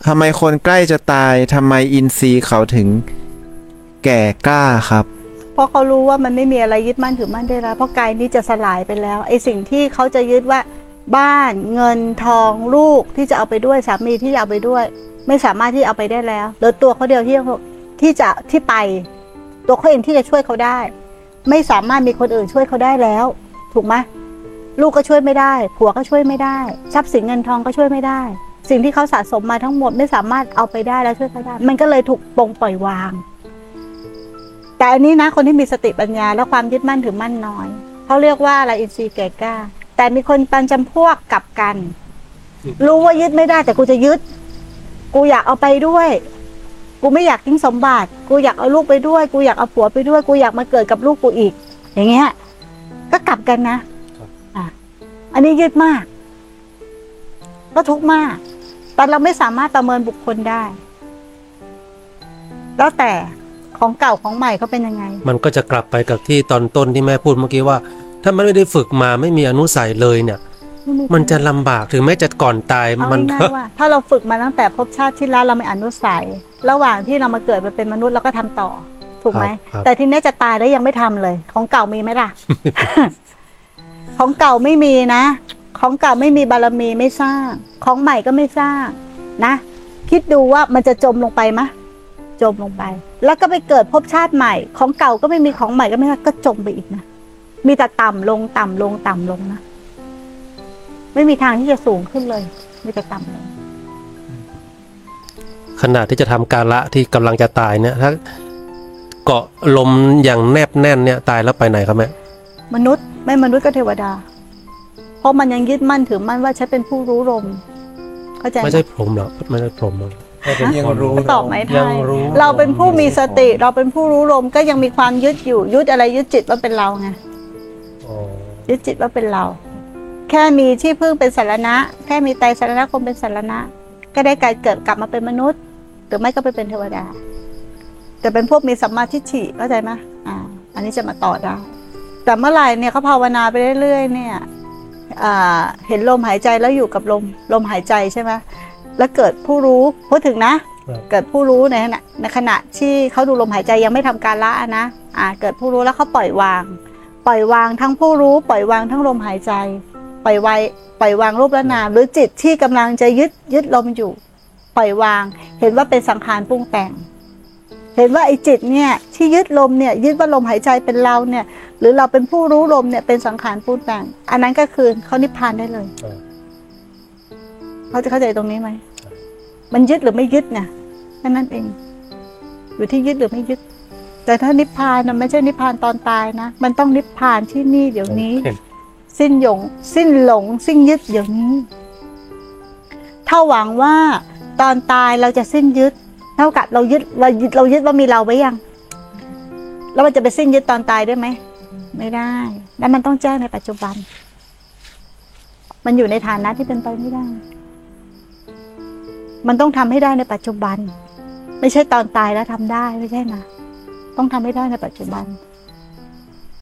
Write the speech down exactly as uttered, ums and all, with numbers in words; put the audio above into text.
ทำไมคนใกล้จะตายทำไมอินทรีย์เขาถึงแก่กล้าครับเพราะเขารู้ว่ามันไม่มีอะไรยึดมั่นถือมั่นได้แล้วเพราะกายนี้จะสลายไปแล้วไอ้สิ่งที่เขาจะยึดว่าบ้านเงินทองลูกที่จะเอาไปด้วยสามีที่จะเอาไปด้วยไม่สามารถที่เอาไปได้แล้วเหลือตัวเขาเดียวที่ที่จะที่ไปตัวเขาเองที่จะช่วยเขาได้ไม่สามารถมีคนอื่นช่วยเขาได้แล้วถูกไหมลูกก็ช่วยไม่ได้ผัวก็ช่วยไม่ได้ทรัพย์สินเงินทองก็ช่วยไม่ได้สิ่งที่เขาสะสมมาทั้งหมดไม่สามารถเอาไปได้แล้วช่วยเขาได้มันก็เลยถูกปลงปล่อยวางแต่อันนี้นะคนที่มีสติปัญญาและความยึดมั่นถือมั่นน้อยเขาเรียกว่าอะไรอินทรีย์แก่กล้าแต่มีคนปันจำพวกกลับกันรู้ว่ายึดไม่ได้แต่กูจะยึดกูอยากเอาไปด้วยกูไม่อยากทิ้งสมบัติกูอยากเอาลูกไปด้วยกูอยากเอาผัวไปด้วยกูอยากมาเกิดกับลูกกูอีกอย่างเงี้ยก็กลับกันนะอ่ะอันนี้ยึดมากก็ทุกข์มากแต่เราไม่สามารถประเมินบุคคลได้แล้วแต่ของเก่าของใหม่เขาเป็นยังไงมันก็จะกลับไปกับที่ตอนต้นที่แม่พูดเมื่อกี้ว่าถ้ามันไม่ได้ฝึกมาไม่มีอนุสัยเลยเนี่ยมันจะลำบากถึงแม้จะก่อนตายมันว่าถ้าเราฝึกมาตั้งแต่ภพชาติที่แล้วเราไม่อนุสัยระหว่างที่เรามาเกิดมาเป็นมนุษย์เราก็ทำต่อถูกไหมแต่ทีนี้จะตายแล้วยังไม่ทำเลยของเก่ามีไหมล่ะ ของเก่าไม่มีนะของเก่าไม่มีบารมีไม่สร้างของใหม่ก็ไม่สร้างนะคิดดูว่ามันจะจมลงไปไหมจมลงไปแล้วก็ไปเกิดภพชาติใหม่ของเก่าก็ไม่มีของใหม่ก็ไม่ก็จมไปอีกนะมีแต่ต่ำลงต่ำลงต่ำลงนะไม่มีทางที่จะสูงขึ้นเลยมีแต่ต่ำลงขณะที่จะทำกาละที่กำลังจะตายเนี่ยถ้าเกาะลมอย่างแนบแน่นเนี่ยตายแล้วไปไหนครับแม่มนุษย์ไม่มนุษย์ก็เทวดาเพราะมันยังยึดมั่นถือมั่นว่าฉันเป็นผู้รู้ลมเข้าใจไม่ใช่พรหมหรอกไม่ใช่พรหมหรอกยังรู้ตอบไหมไทยเราเป็นผู้มีสติเราเป็นผู้รู้ลมก็ยังมีความยึดอยู่ยึดอะไรยึดจิตว่าเป็นเราไงยึดจิตว่าเป็นเราแค่มีที่พึ่งเป็นสารณะแค่มีไตรสรณคมเป็นสารณะก็ได้การเกิดกลับมาเป็นมนุษย์หรือไม่ก็ไปเป็นเทวดาแต่เป็นพวกมีสัมมาทิฏฐิเข้าใจไหมอ่าอันนี้จะมาต่อได้แต่เมื่อไหร่เนี่ยเขาภาวนาไปเรื่อยๆเนี่ยอ่าเห็นลมหายใจแล้วอยู่กับลมลมหายใจใช่ไหมแล้วเกิดผู้รู้พูดถึงนะเกิดผู้รู้ในขณะในขณะที่เขาดูลมหายใจยังไม่ทำการละนะอ่าเกิดผู้รู้แล้วเขาปล่อยวางปล่อยวางทั้งผู้รู้ปล่อยวางทั้งลมหายใจปล่อยวางปล่อยวางรูปและนามหรือจิตที่กำลังจะยึดยึดลมอยู่ปล่อยวางเห็นว่าเป็นสังขารปรุงแต่งเห็นว่าไอ้จิตเนี่ยที่ยึดลมเนี่ยยึดว่าลมหายใจเป็นเราเนี่ยหรือเราเป็นผู้รู้ลมเนี่ยเป็นสังขารปรุงแต่งอันนั้นก็คือเขานิพพานได้เลยเขาจะเข้าใจตรงนี้ไหมมันยึดหรือไม่ยึดเนี่ยนั่นนั่นเองอยู่ที่ยึดหรือไม่ยึดแต่ถ้านิพพานมันไม่ใช่นิพพานตอนตายนะมันต้องนิพพานที่นี่เดี๋ยวนี้สิ้นหยงสิ้นหลงสิ้นยึดเดี๋ยวนี้ถ้าหวังว่าตอนตายเราจะสิ้นยึดเท่ากับเรายึดเรายึดเรายึดว่ามีเราไว้ยังแล้วมันจะไปสิ้นยึดตอนตายได้ไหมไม่ได้แล้วมันต้องแจ้งในปัจจุบันมันอยู่ในฐานะที่เป็นไปไม่ได้มันต้องทำให้ได้ในปัจจุบันไม่ใช่ตอนตายแล้วทำได้ไม่ใช่นะต้องทำให้ได้ในปัจจุบัน